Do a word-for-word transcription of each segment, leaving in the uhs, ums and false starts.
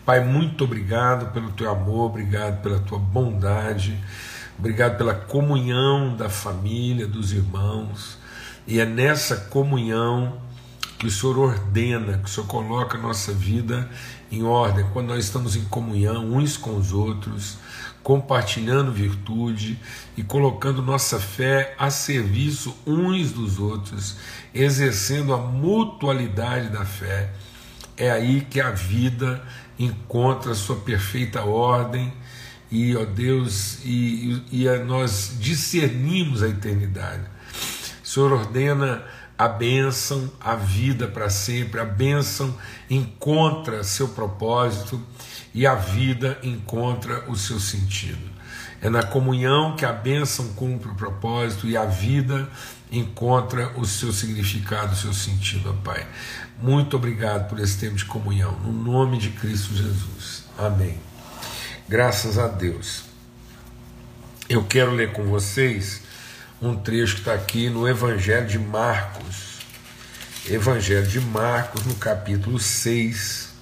Pai, muito obrigado pelo teu amor, obrigado pela tua bondade, obrigado pela comunhão da família, dos irmãos, e é nessa comunhão que o Senhor ordena, que o Senhor coloca a nossa vida em ordem, quando nós estamos em comunhão uns com os outros, compartilhando virtude e colocando nossa fé a serviço uns dos outros, exercendo a mutualidade da fé. É aí que a vida encontra a sua perfeita ordem e, ó Deus, e, e, e nós discernimos a eternidade. O Senhor ordena a bênção, a vida para sempre, a bênção encontra seu propósito e a vida encontra o seu sentido. É na comunhão que a bênção cumpre o propósito e a vida encontra o seu significado, o seu sentido, ó Pai. Muito obrigado por esse tempo de comunhão, no nome de Cristo Jesus. Amém. Graças a Deus. Eu quero ler com vocês um trecho que está aqui no Evangelho de Marcos. Evangelho de Marcos, no capítulo seis.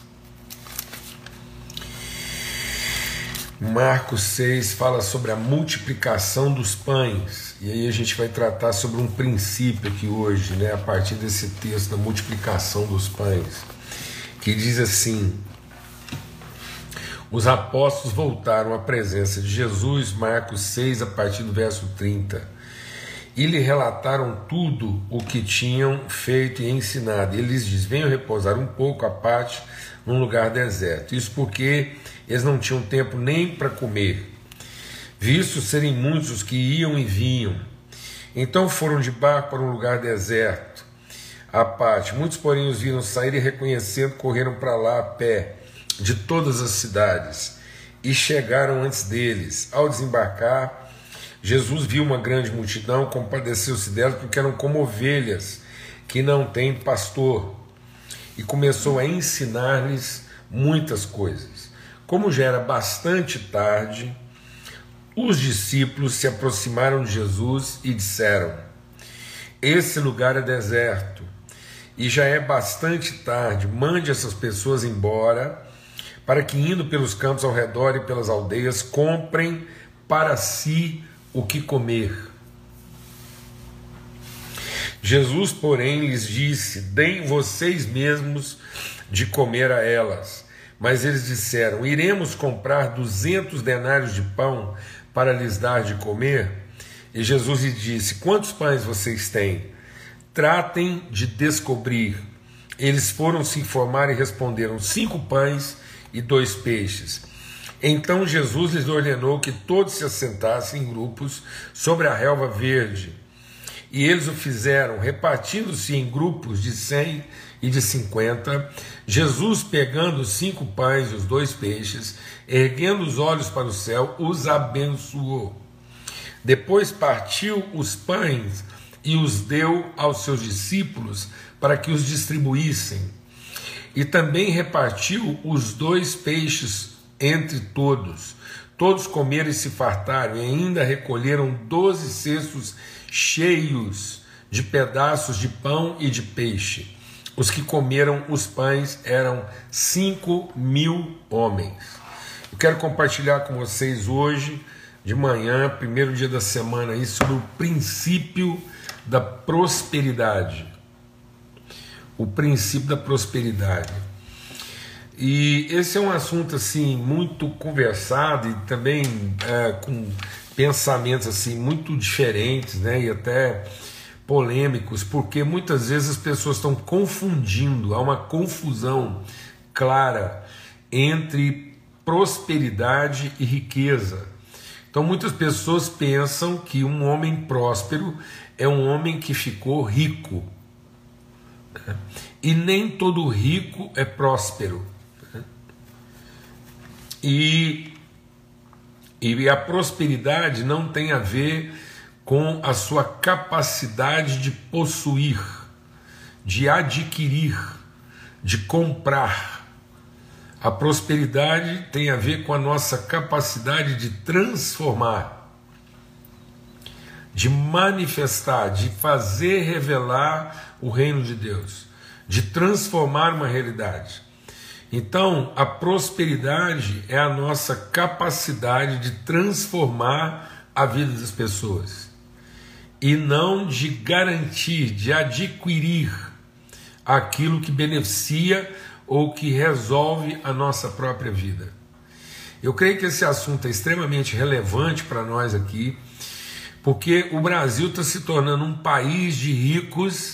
Marcos seis fala sobre a multiplicação dos pães, e aí a gente vai tratar sobre um princípio aqui hoje, né, a partir desse texto da multiplicação dos pães, que diz assim: os apóstolos voltaram à presença de Jesus, Marcos seis, a partir do verso trinta, e lhe relataram tudo o que tinham feito e ensinado. E ele lhes diz: venham repousar um pouco à parte num lugar deserto. Isso porque eles não tinham tempo nem para comer, visto serem muitos os que iam e vinham. Então foram de barco para um lugar deserto à parte. Muitos, porém, os viram sair e, reconhecendo, correram para lá a pé de todas as cidades e chegaram antes deles. Ao desembarcar, Jesus viu uma grande multidão, compadeceu-se delas, porque eram como ovelhas que não têm pastor, e começou a ensinar-lhes muitas coisas. Como já era bastante tarde, os discípulos se aproximaram de Jesus e disseram: esse lugar é deserto e já é bastante tarde, mande essas pessoas embora, para que, indo pelos campos ao redor e pelas aldeias, comprem para si o que comer. Jesus, porém, lhes disse: deem vocês mesmos de comer a elas. Mas eles disseram: iremos comprar duzentos denários de pão para lhes dar de comer? E Jesus lhes disse: quantos pães vocês têm? Tratem de descobrir. Eles foram se informar e responderam: cinco pães e dois peixes. Então Jesus lhes ordenou que todos se assentassem em grupos sobre a relva verde. E eles o fizeram, repartindo-se em grupos de cem e de cinquenta. Jesus, pegando os cinco pães e os dois peixes, erguendo os olhos para o céu, os abençoou. Depois partiu os pães e os deu aos seus discípulos para que os distribuíssem. E também repartiu os dois peixes entre todos. Todos comeram e se fartaram, e ainda recolheram doze cestos cheios de pedaços de pão e de peixe. Os que comeram os pães eram cinco mil homens. Eu quero compartilhar com vocês hoje, de manhã, primeiro dia da semana, aí, sobre o princípio da prosperidade. O princípio da prosperidade. E esse é um assunto assim muito conversado e também é, com pensamentos assim muito diferentes, né, e até polêmicos, porque muitas vezes as pessoas estão confundindo, há uma confusão clara entre prosperidade e riqueza. Então muitas pessoas pensam que um homem próspero é um homem que ficou rico, né? E nem todo rico é próspero, né? E, e a prosperidade não tem a ver com a sua capacidade de possuir, de adquirir, de comprar. A prosperidade tem a ver com a nossa capacidade de transformar, de manifestar, de fazer revelar o reino de Deus, de transformar uma realidade. Então, a prosperidade é a nossa capacidade de transformar a vida das pessoas e não de garantir, de adquirir aquilo que beneficia ou que resolve a nossa própria vida. Eu creio que esse assunto é extremamente relevante para nós aqui, porque o Brasil está se tornando um país de ricos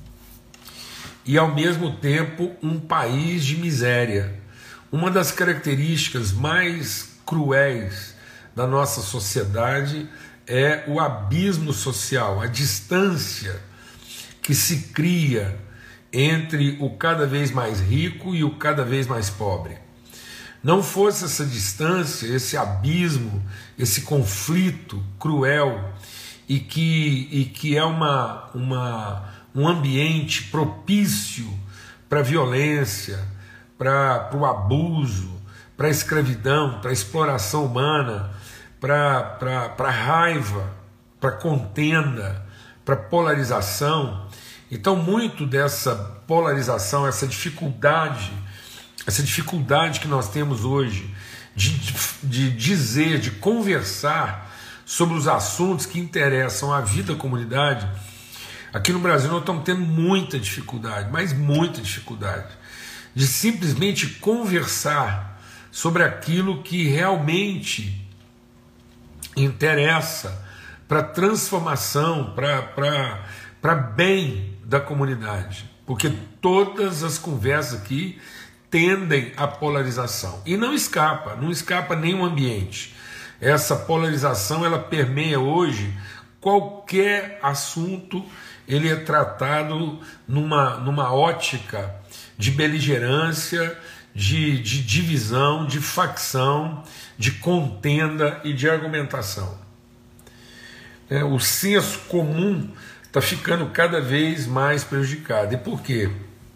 e, ao mesmo tempo, um país de miséria. Uma das características mais cruéis da nossa sociedade é o abismo social, a distância que se cria entre o cada vez mais rico e o cada vez mais pobre. Não fosse essa distância, esse abismo, esse conflito cruel e que, e que é uma, uma, um ambiente propício para a violência, para o abuso, para a escravidão, para a exploração humana, para a raiva, para a contenda, para a polarização. Então, muito dessa polarização, essa dificuldade, essa dificuldade que nós temos hoje de, de dizer, de conversar sobre os assuntos que interessam à vida da comunidade, aqui no Brasil nós estamos tendo muita dificuldade, mas muita dificuldade, de simplesmente conversar sobre aquilo que realmente interessa para a transformação, para para bem da comunidade, porque todas as conversas aqui tendem à polarização e não escapa, não escapa nenhum ambiente. Essa polarização ela permeia hoje qualquer assunto, ele é tratado numa, numa ótica de beligerância, de, de divisão, de facção, de contenda e de argumentação. É, o senso comum está ficando cada vez mais prejudicado. E por quê?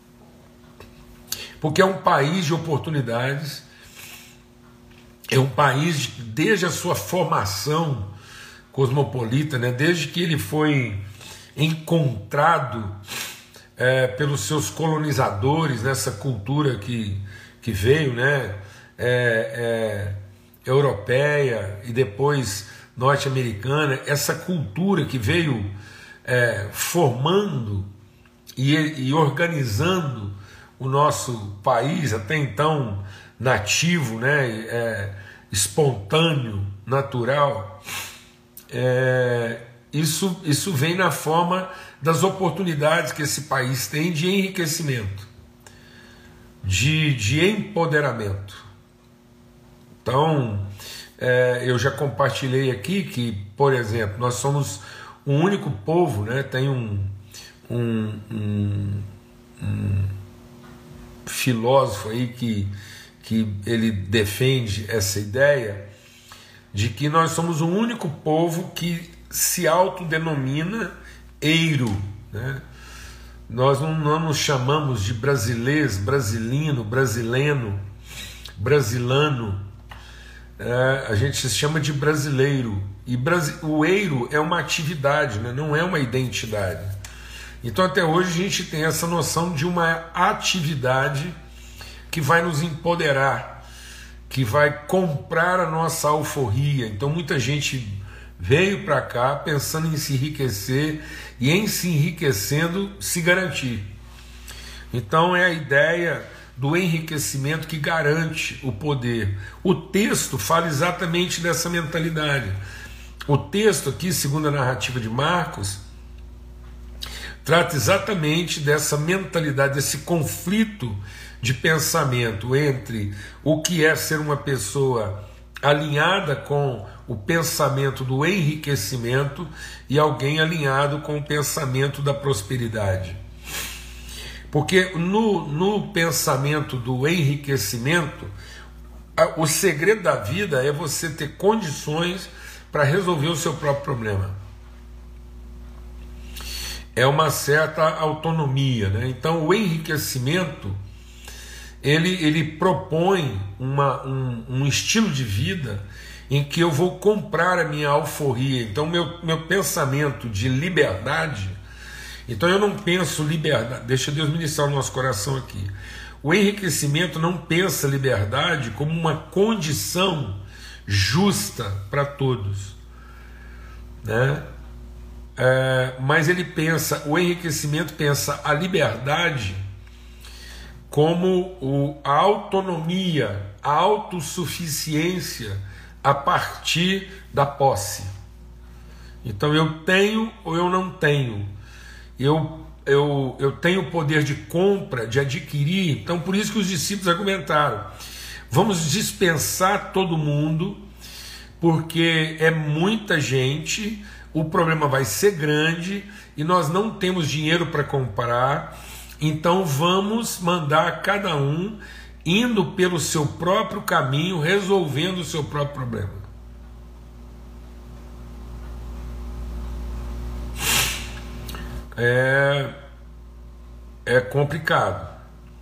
Porque é um país de oportunidades, é um país que, desde a sua formação cosmopolita, né, desde que ele foi encontrado é, pelos seus colonizadores, nessa cultura que, que veio, né, é, é, europeia e depois norte-americana, essa cultura que veio é, formando e, e organizando o nosso país, até então nativo, né, é, espontâneo, natural, é, isso, isso vem na forma das oportunidades que esse país tem de enriquecimento, de, de empoderamento. Então, é, eu já compartilhei aqui que, por exemplo, nós somos o único povo, né, tem um, um, um, um filósofo aí que, que ele defende essa ideia de que nós somos o único povo que se autodenomina eiro, né? Nós não, não nos chamamos de brasilês, brasilino, brasileno, brasilano, é, a gente se chama de brasileiro, e brasi o eiro é uma atividade, né? Não é uma identidade. Então até hoje a gente tem essa noção de uma atividade que vai nos empoderar, que vai comprar a nossa alforria. Então muita gente veio para cá pensando em se enriquecer e em se enriquecendo se garantir. Então é a ideia do enriquecimento que garante o poder. O texto fala exatamente dessa mentalidade. O texto aqui, segundo a narrativa de Marcos, trata exatamente dessa mentalidade, desse conflito de pensamento entre o que é ser uma pessoa alinhada com o pensamento do enriquecimento e alguém alinhado com o pensamento da prosperidade. Porque no, no pensamento do enriquecimento, a, o segredo da vida é você ter condições para resolver o seu próprio problema. É uma certa autonomia, né? Então o enriquecimento ele, ele propõe uma, um, um estilo de vida em que eu vou comprar a minha alforria. Então meu, meu pensamento de liberdade, então eu não penso liberdade, deixa Deus ministrar o nosso coração aqui. O enriquecimento não pensa liberdade como uma condição justa para todos, né? É, mas ele pensa, o enriquecimento pensa a liberdade como o, a autonomia, a autossuficiência a partir da posse. Então eu tenho ou eu não tenho, eu, eu, eu tenho o poder de compra, de adquirir. Então por isso que os discípulos argumentaram, vamos dispensar todo mundo, porque é muita gente, o problema vai ser grande e nós não temos dinheiro para comprar, então vamos mandar cada um indo pelo seu próprio caminho, resolvendo o seu próprio problema. É, é complicado.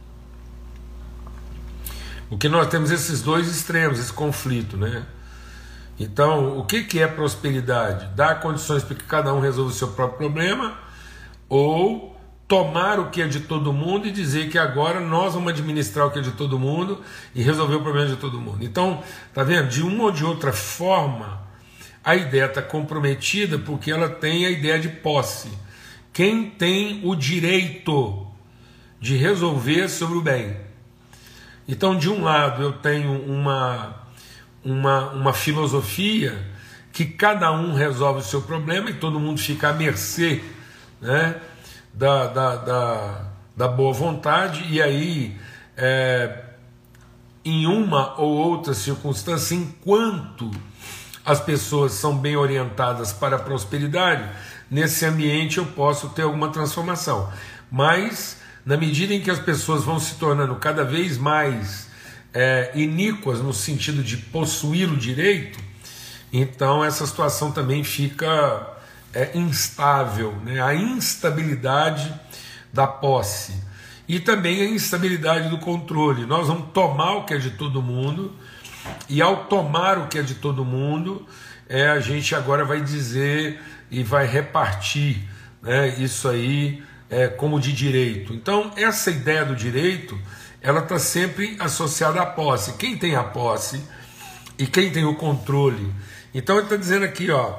Porque nós temos esses dois extremos, esse conflito, né? Então, o que, que é prosperidade? Dar condições para que cada um resolva o seu próprio problema, ou tomar o que é de todo mundo e dizer que agora nós vamos administrar o que é de todo mundo e resolver o problema de todo mundo. Então, tá vendo? De uma ou de outra forma, a ideia está comprometida porque ela tem a ideia de posse. Quem tem o direito de resolver sobre o bem? Então, de um lado, eu tenho uma... Uma, uma filosofia que cada um resolve o seu problema e todo mundo fica à mercê, né, da, da, da, da boa vontade, e aí é, em uma ou outra circunstância, enquanto as pessoas são bem orientadas para a prosperidade, nesse ambiente eu posso ter alguma transformação. Mas na medida em que as pessoas vão se tornando cada vez mais É, iníquas no sentido de possuir o direito, então essa situação também fica é, instável, né? A instabilidade da posse e também a instabilidade do controle. Nós vamos tomar o que é de todo mundo, e ao tomar o que é de todo mundo, é, a gente agora vai dizer e vai repartir, né, isso aí é, como de direito. Então essa ideia do direito, ela está sempre associada à posse. Quem tem a posse e quem tem o controle. Então ele está dizendo aqui, ó,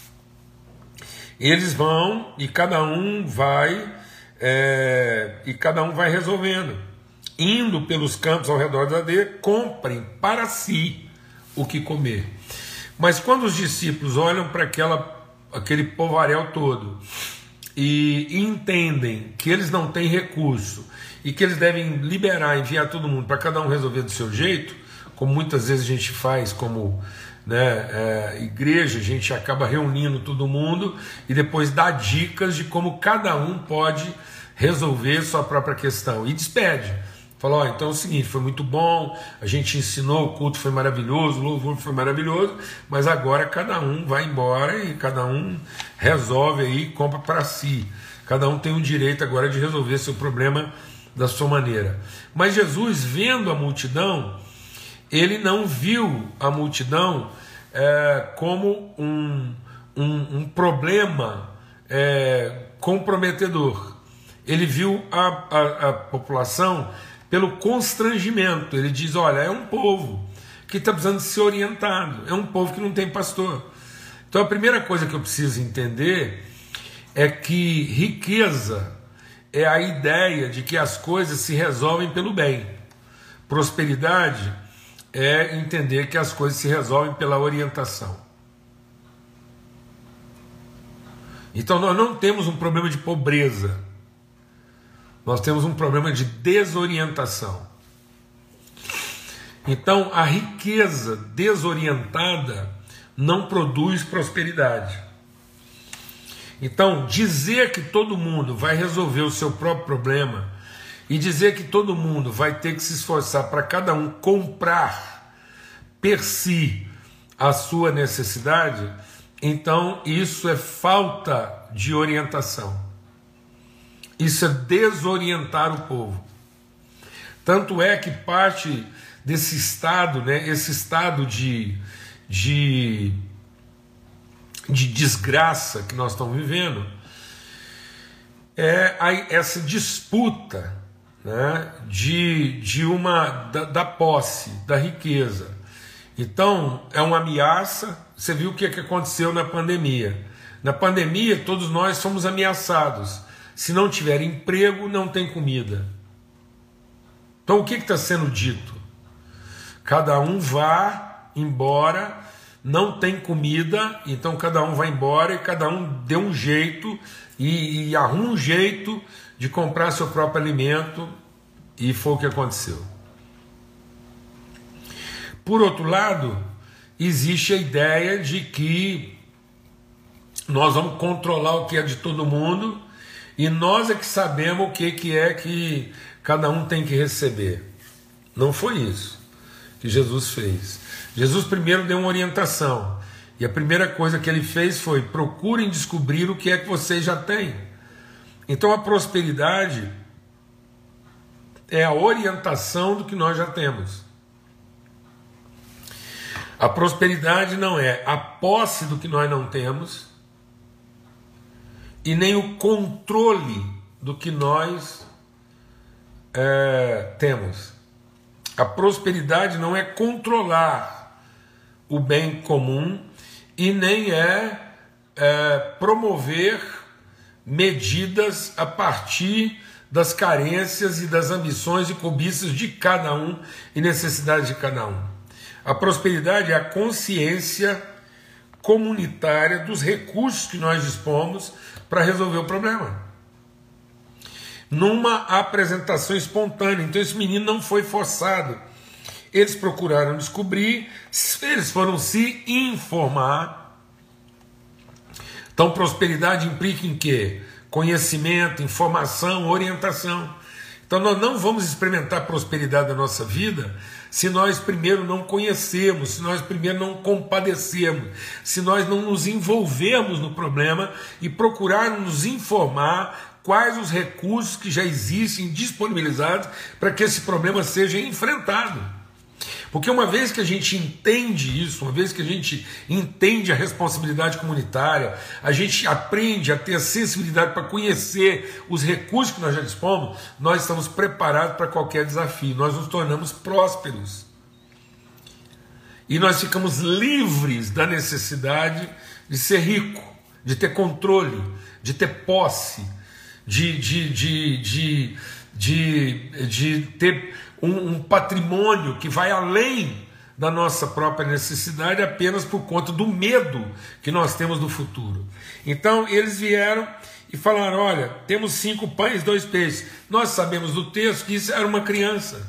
eles vão e cada um vai é, e cada um vai resolvendo, indo pelos campos ao redor da aldeia, comprem para si o que comer. Mas quando os discípulos olham para aquela, aquele povaréu todo e, e entendem que eles não têm recurso e que eles devem liberar, enviar todo mundo para cada um resolver do seu jeito, como muitas vezes a gente faz como, né, é, igreja, a gente acaba reunindo todo mundo e depois dá dicas de como cada um pode resolver sua própria questão, e despede. Fala, ó, então é o seguinte, foi muito bom, a gente ensinou, o culto foi maravilhoso, o louvor foi maravilhoso, mas agora cada um vai embora e cada um resolve aí, compra para si. Cada um tem o direito agora de resolver seu problema da sua maneira. Mas Jesus, vendo a multidão, ele não viu a multidão é, como um, um, um problema é, comprometedor. Ele viu a, a, a população pelo constrangimento. Ele diz, olha, é um povo que está precisando ser orientado, é um povo que não tem pastor. Então a primeira coisa que eu preciso entender é que riqueza é a ideia de que as coisas se resolvem pelo bem. Prosperidade é entender que as coisas se resolvem pela orientação. Então nós não temos um problema de pobreza, nós temos um problema de desorientação. Então a riqueza desorientada não produz prosperidade. Então, dizer que todo mundo vai resolver o seu próprio problema e dizer que todo mundo vai ter que se esforçar para cada um comprar per si a sua necessidade, então isso é falta de orientação. Isso é desorientar o povo. Tanto é que parte desse estado, né, esse estado de... de de desgraça que nós estamos vivendo, é essa disputa, né, de, de uma da, da posse, da riqueza. Então, é uma ameaça. Você viu o que, é que aconteceu na pandemia. Na pandemia, todos nós somos ameaçados. Se não tiver emprego, não tem comida. Então, o que está sendo dito? Cada um vá embora, não tem comida, então cada um vai embora e cada um dê um jeito e, e arruma um jeito de comprar seu próprio alimento, e foi o que aconteceu. Por outro lado, existe a ideia de que nós vamos controlar o que é de todo mundo e nós é que sabemos o que, que é que cada um tem que receber. Não foi isso que Jesus fez. Jesus primeiro deu uma orientação, e a primeira coisa que ele fez foi: procurem descobrir o que é que vocês já têm. Então a prosperidade é a orientação do que nós já temos. A prosperidade não é a posse do que nós não temos, e nem o controle do que nós é, temos. A prosperidade não é controlar o bem comum e nem é, é promover medidas a partir das carências e das ambições e cobiças de cada um e necessidades de cada um. A prosperidade é a consciência comunitária dos recursos que nós dispomos para resolver o problema, numa apresentação espontânea. Então esse menino não foi forçado, eles procuraram descobrir, eles foram se informar. Então prosperidade implica em quê? Conhecimento, informação, orientação. Então nós não vamos experimentar a prosperidade da nossa vida se nós primeiro não conhecemos, se nós primeiro não compadecemos, se nós não nos envolvermos no problema e procurarmos nos informar quais os recursos que já existem disponibilizados para que esse problema seja enfrentado. Porque uma vez que a gente entende isso, uma vez que a gente entende a responsabilidade comunitária, a gente aprende a ter a sensibilidade para conhecer os recursos que nós já dispomos, nós estamos preparados para qualquer desafio, nós nos tornamos prósperos. E nós ficamos livres da necessidade de ser rico, de ter controle, de ter posse, de, de, de, de, de, de ter um, um patrimônio que vai além da nossa própria necessidade apenas por conta do medo que nós temos do futuro. Então eles vieram e falaram: olha, temos cinco pães e dois peixes. Nós sabemos do texto que isso era uma criança,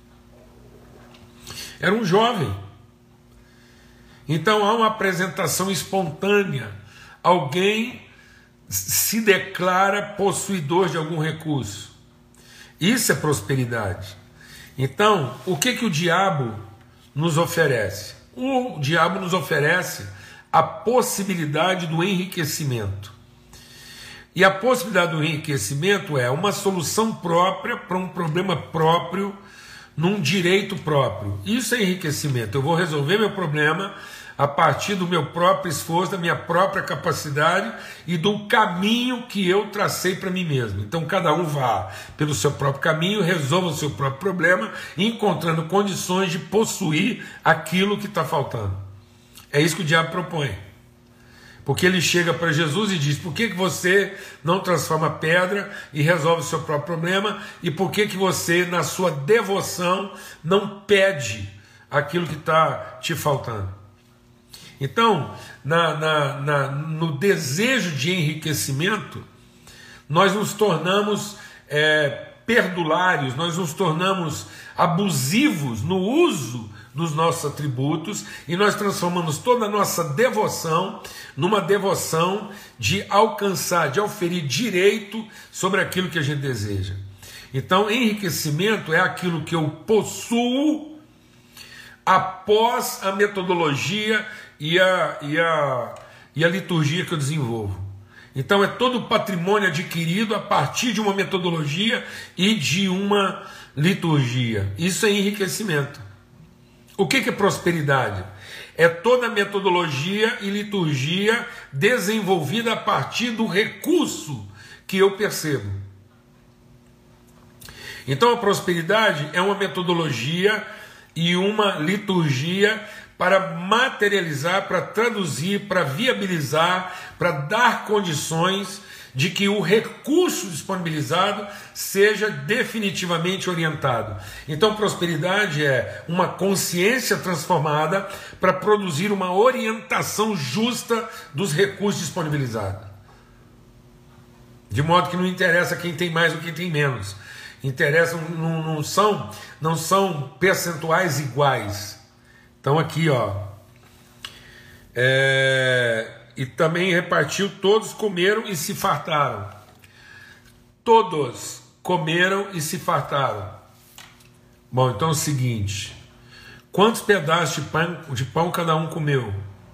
era um jovem. Então há uma apresentação espontânea, alguém se declara possuidor de algum recurso. Isso é prosperidade. Então, o que que o diabo nos oferece? O diabo nos oferece a possibilidade do enriquecimento. E a possibilidade do enriquecimento é uma solução própria para um problema próprio, num direito próprio. Isso é enriquecimento. Eu vou resolver meu problema a partir do meu próprio esforço, da minha própria capacidade e do caminho que eu tracei para mim mesmo. Então cada um vá pelo seu próprio caminho, resolva o seu próprio problema, encontrando condições de possuir aquilo que está faltando. É isso que o diabo propõe. Porque ele chega para Jesus e diz: por que que você não transforma pedra e resolve o seu próprio problema? E por que que você, na sua devoção, não pede aquilo que está te faltando? Então, na, na, na, no desejo de enriquecimento, nós nos tornamos é, perdulários, nós nos tornamos abusivos no uso dos nossos atributos e nós transformamos toda a nossa devoção numa devoção de alcançar, de oferir direito sobre aquilo que a gente deseja. Então, enriquecimento é aquilo que eu possuo após a metodologia e a, e a, e a liturgia que eu desenvolvo. Então é todo o patrimônio adquirido a partir de uma metodologia e de uma liturgia. Isso é enriquecimento. O que que é prosperidade? É toda a metodologia e liturgia desenvolvida a partir do recurso que eu percebo. Então a prosperidade é uma metodologia e uma liturgia para materializar, para traduzir, para viabilizar, para dar condições de que o recurso disponibilizado seja definitivamente orientado. Então, prosperidade é uma consciência transformada para produzir uma orientação justa dos recursos disponibilizados. De modo que não interessa quem tem mais ou quem tem menos. Interessa, não, não, são, não são percentuais iguais. Então aqui, ó. É... E também repartiu, todos comeram e se fartaram. Todos comeram e se fartaram. Bom, então é o seguinte: quantos pedaços de pão, de pão cada um comeu?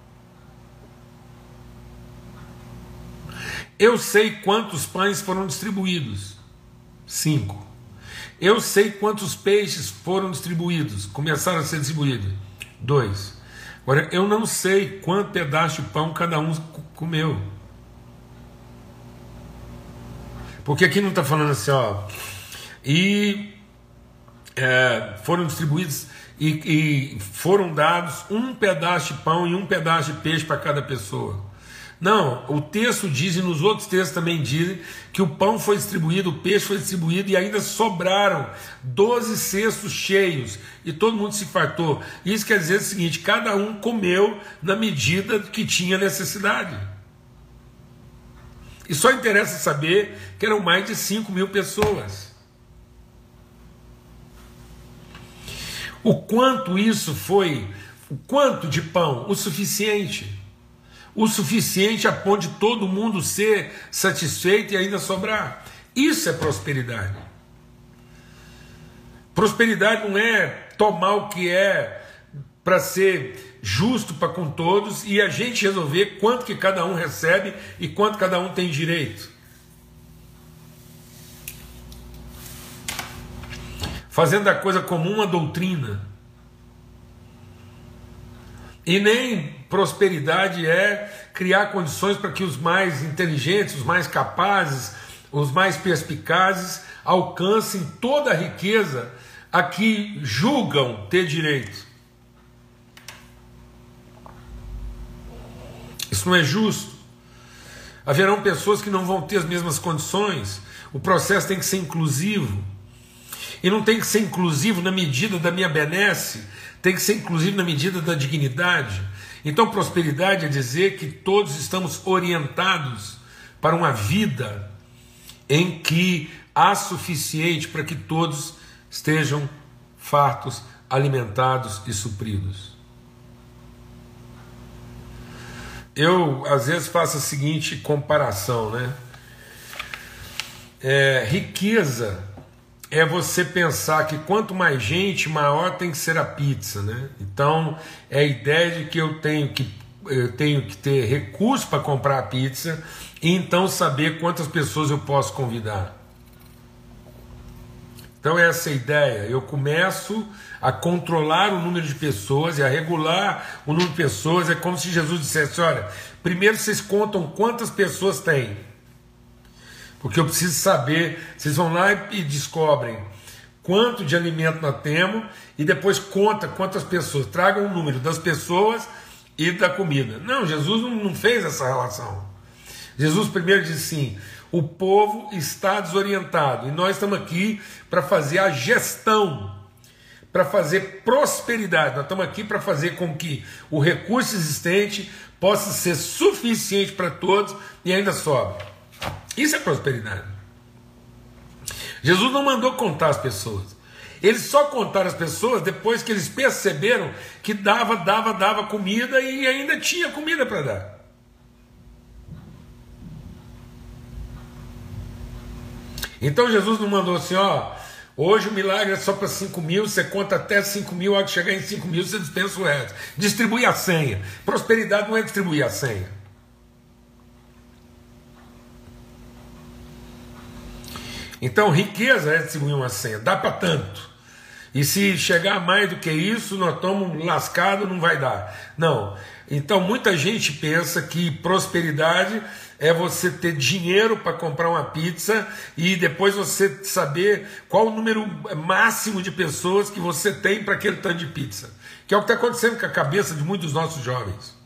Eu sei quantos pães foram distribuídos. Cinco. Eu sei quantos peixes foram distribuídos, começaram a ser distribuídos. Dois. Agora, eu não sei quanto pedaço de pão cada um comeu. Porque aqui não está falando assim, ó. E é, foram distribuídos e, e foram dados um pedaço de pão e um pedaço de peixe para cada pessoa. Não, o texto diz, e nos outros textos também dizem, que o pão foi distribuído, o peixe foi distribuído e ainda sobraram doze cestos cheios e todo mundo se fartou. Isso quer dizer o seguinte: cada um comeu na medida que tinha necessidade. E só interessa saber que eram mais de cinco mil pessoas. O quanto isso foi, o quanto de pão? O suficiente. O suficiente a ponto de todo mundo ser satisfeito e ainda sobrar. Isso é prosperidade. Prosperidade não é tomar o que é para ser justo para com todos e a gente resolver quanto que cada um recebe e quanto cada um tem direito. Fazendo da coisa comum uma doutrina. E nem prosperidade é criar condições para que os mais inteligentes, os mais capazes, os mais perspicazes alcancem toda a riqueza a que julgam ter direito. Isso não é justo. Haverão pessoas que não vão ter as mesmas condições. O processo tem que ser inclusivo. E não tem que ser inclusivo na medida da minha benesse, tem que ser inclusivo na medida da dignidade. Então, prosperidade é dizer que todos estamos orientados para uma vida em que há suficiente para que todos estejam fartos, alimentados e supridos. Eu, às vezes, faço a seguinte comparação, né? É, riqueza é você pensar que quanto mais gente, maior tem que ser a pizza, né? Então, é a ideia de que eu tenho que, eu tenho que ter recurso para comprar a pizza e então saber quantas pessoas eu posso convidar. Então, essa é a ideia. Eu começo a controlar o número de pessoas e a regular o número de pessoas. É como se Jesus dissesse: olha, primeiro vocês contam quantas pessoas tem. Porque eu preciso saber, vocês vão lá e descobrem quanto de alimento nós temos e depois conta quantas pessoas, tragam o número das pessoas e da comida. Não, Jesus não fez essa relação. Jesus primeiro disse assim: o povo está desorientado e nós estamos aqui para fazer a gestão, para fazer prosperidade. Nós estamos aqui para fazer com que o recurso existente possa ser suficiente para todos e ainda sobra. Isso é prosperidade. Jesus não mandou contar as pessoas. Eles só contaram as pessoas depois que eles perceberam que dava, dava, dava comida e ainda tinha comida para dar. Então Jesus não mandou assim: ó, hoje o milagre é só para cinco mil, você conta até cinco mil, ao chegar em cinco mil você dispensa o resto. Distribui a senha. Prosperidade não é distribuir a senha. Então, riqueza é distribuir uma senha, dá para tanto. E se chegar mais do que isso, nós estamos lascados, não vai dar. Não. Então muita gente pensa que prosperidade é você ter dinheiro para comprar uma pizza e depois você saber qual o número máximo de pessoas que você tem para aquele tanto de pizza. Que é o que está acontecendo com a cabeça de muitos dos nossos jovens.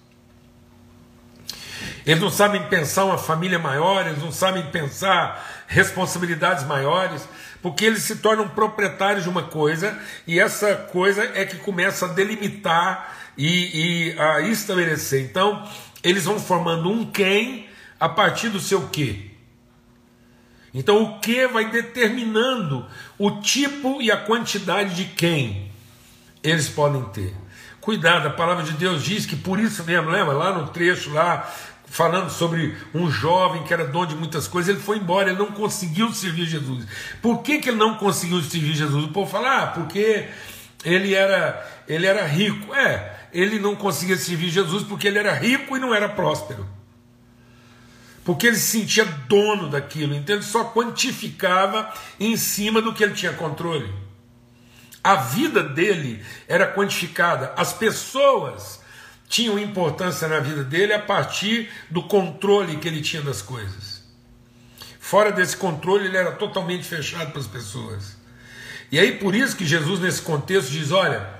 Eles não sabem pensar uma família maior, eles não sabem pensar responsabilidades maiores, porque eles se tornam proprietários de uma coisa, e essa coisa é que começa a delimitar e, e a estabelecer. Então, eles vão formando um quem a partir do seu quê. Então, o que vai determinando o tipo e a quantidade de quem eles podem ter. Cuidado, a palavra de Deus diz que por isso mesmo, lembra lá no trecho lá, falando sobre um jovem que era dono de muitas coisas, ele foi embora, ele não conseguiu servir Jesus. Por que, que ele não conseguiu servir Jesus? O povo fala, ah, porque ele era, ele era rico. É, ele não conseguia servir Jesus porque ele era rico e não era próspero. Porque ele se sentia dono daquilo, então ele só quantificava em cima do que ele tinha controle. A vida dele era quantificada, as pessoas tinham importância na vida dele a partir do controle que ele tinha das coisas. Fora desse controle, ele era totalmente fechado para as pessoas. E aí por isso que Jesus nesse contexto diz, olha,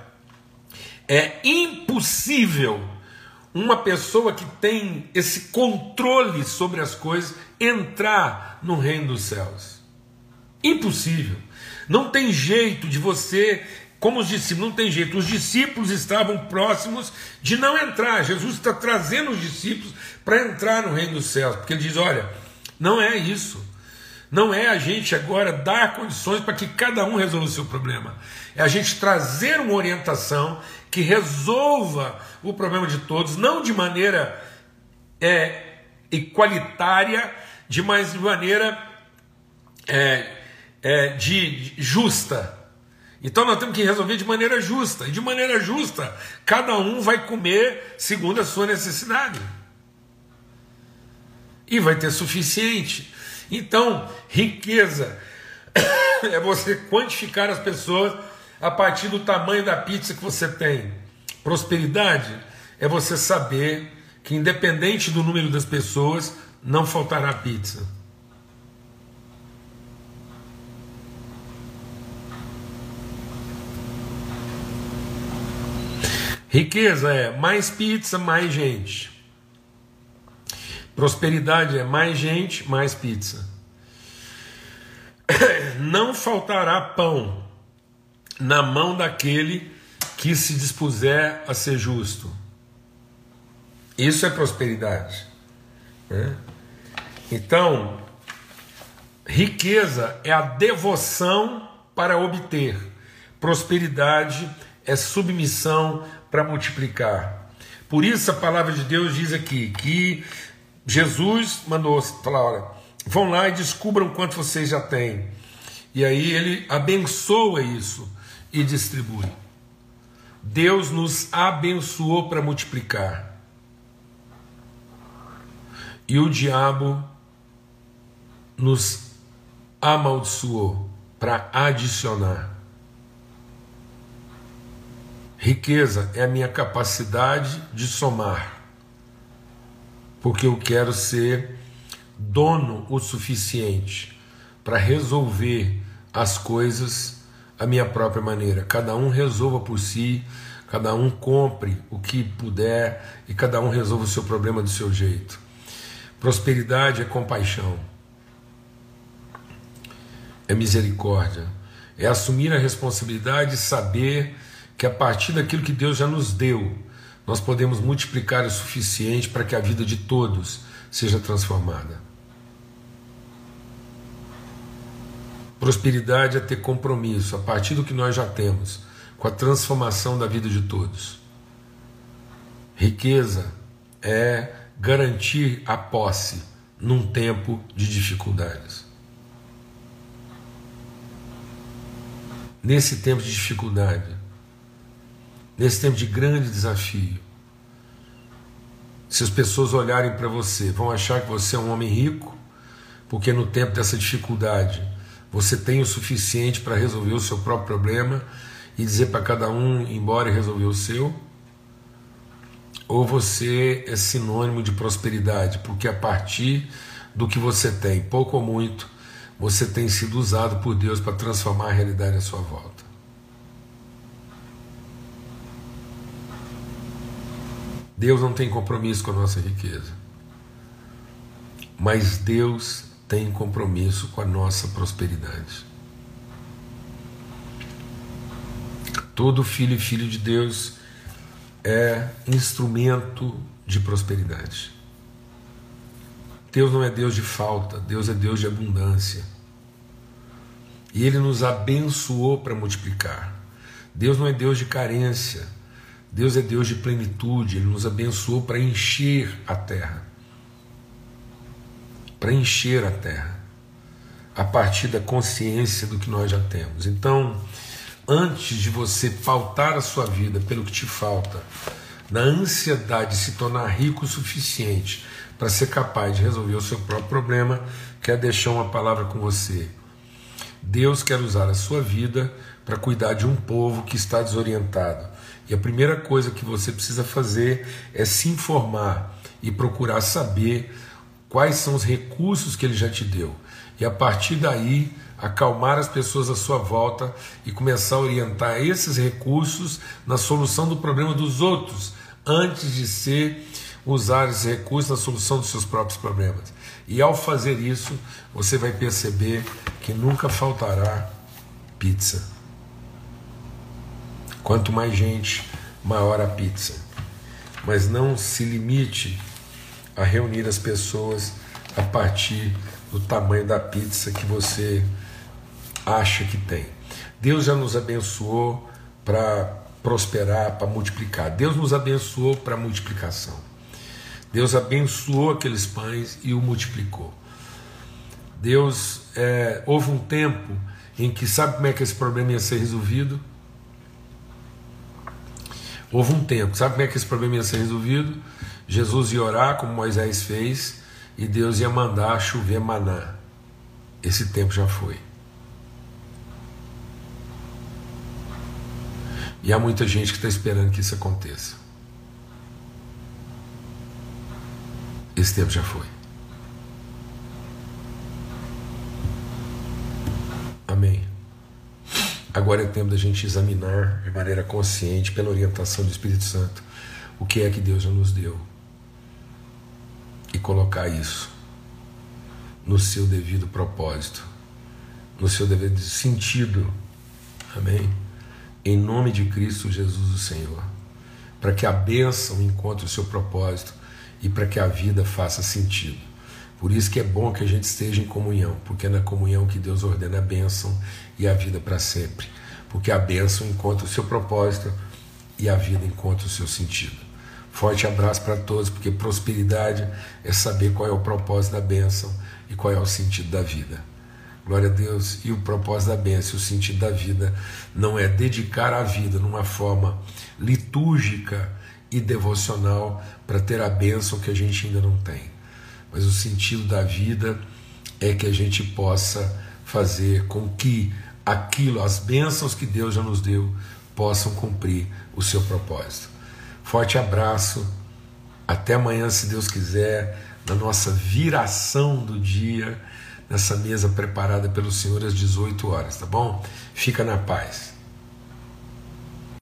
é impossível uma pessoa que tem esse controle sobre as coisas entrar no reino dos céus. Impossível. Não tem jeito de você, como os discípulos, não tem jeito. Os discípulos estavam próximos de não entrar. Jesus está trazendo os discípulos para entrar no reino dos céus, porque ele diz, olha, não é isso. Não é a gente agora dar condições para que cada um resolva o seu problema. É a gente trazer uma orientação que resolva o problema de todos, não de maneira é, igualitária, de mais de maneira é, é, de, de justa. Então nós temos que resolver de maneira justa. E de maneira justa, cada um vai comer segundo a sua necessidade. E vai ter suficiente. Então, riqueza é você quantificar as pessoas a partir do tamanho da pizza que você tem. Prosperidade é você saber que, independente do número das pessoas, não faltará pizza. Riqueza é mais pizza, mais gente. Prosperidade é mais gente, mais pizza. Não faltará pão na mão daquele que se dispuser a ser justo. Isso é prosperidade, né? Então, riqueza é a devoção para obter. Prosperidade é submissão para multiplicar. Por isso a palavra de Deus diz aqui que Jesus mandou falar, olha, vão lá e descubram quanto vocês já têm. E aí ele abençoa isso e distribui. Deus nos abençoou para multiplicar. E o diabo nos amaldiçoou para adicionar. Riqueza é a minha capacidade de somar, porque eu quero ser dono o suficiente para resolver as coisas à minha própria maneira. Cada um resolva por si, cada um compre o que puder e cada um resolva o seu problema do seu jeito. Prosperidade é compaixão, é misericórdia, é assumir a responsabilidade e saber que a partir daquilo que Deus já nos deu, nós podemos multiplicar o suficiente para que a vida de todos seja transformada. Prosperidade é ter compromisso, a partir do que nós já temos, com a transformação da vida de todos. Riqueza é garantir a posse num tempo de dificuldades. Nesse tempo de dificuldade, nesse tempo de grande desafio, se as pessoas olharem para você, vão achar que você é um homem rico, porque no tempo dessa dificuldade você tem o suficiente para resolver o seu próprio problema e dizer para cada um ir embora e resolver o seu? Ou você é sinônimo de prosperidade, porque a partir do que você tem, pouco ou muito, você tem sido usado por Deus para transformar a realidade à sua volta? Deus não tem compromisso com a nossa riqueza, mas Deus tem compromisso com a nossa prosperidade. Todo filho e filho de Deus é instrumento de prosperidade. Deus não é Deus de falta, Deus é Deus de abundância. E Ele nos abençoou para multiplicar. Deus não é Deus de carência, Deus é Deus de plenitude. Ele nos abençoou para encher a terra. Para encher a terra, a partir da consciência do que nós já temos. Então, antes de você pautar a sua vida pelo que te falta, na ansiedade de se tornar rico o suficiente para ser capaz de resolver o seu próprio problema, quero deixar uma palavra com você. Deus quer usar a sua vida para cuidar de um povo que está desorientado. E a primeira coisa que você precisa fazer é se informar e procurar saber quais são os recursos que Ele já te deu. E a partir daí, acalmar as pessoas à sua volta e começar a orientar esses recursos na solução do problema dos outros, antes de ser usar esses recursos na solução dos seus próprios problemas. E ao fazer isso, você vai perceber que nunca faltará pizza. Quanto mais gente, maior a pizza. Mas não se limite a reunir as pessoas a partir do tamanho da pizza que você acha que tem. Deus já nos abençoou para prosperar, para multiplicar. Deus nos abençoou para multiplicação. Deus abençoou aqueles pães e o multiplicou. Deus, é, houve um tempo em que, sabe como é que esse problema ia ser resolvido? Houve um tempo, sabe como é que esse problema ia ser resolvido? Jesus ia orar, como Moisés fez, e Deus ia mandar chover maná. Esse tempo já foi. E há muita gente que está esperando que isso aconteça. Esse tempo já foi. Amém. Agora é tempo da gente examinar de maneira consciente, pela orientação do Espírito Santo, o que é que Deus já nos deu e colocar isso no seu devido propósito, no seu devido sentido. Amém? Em nome de Cristo Jesus, o Senhor, para que a bênção encontre o seu propósito e para que a vida faça sentido. Por isso que é bom que a gente esteja em comunhão, porque é na comunhão que Deus ordena a bênção e a vida para sempre, porque a bênção encontra o seu propósito e a vida encontra o seu sentido. Forte abraço para todos, porque prosperidade é saber qual é o propósito da bênção e qual é o sentido da vida. Glória a Deus. E o propósito da bênção, o sentido da vida, não é dedicar a vida numa forma litúrgica e devocional para ter a bênção que a gente ainda não tem. Mas o sentido da vida é que a gente possa fazer com que aquilo, as bênçãos que Deus já nos deu, possam cumprir o seu propósito. Forte abraço, até amanhã, se Deus quiser, na nossa viração do dia, nessa mesa preparada pelo Senhor às dezoito horas, tá bom? Fica na paz.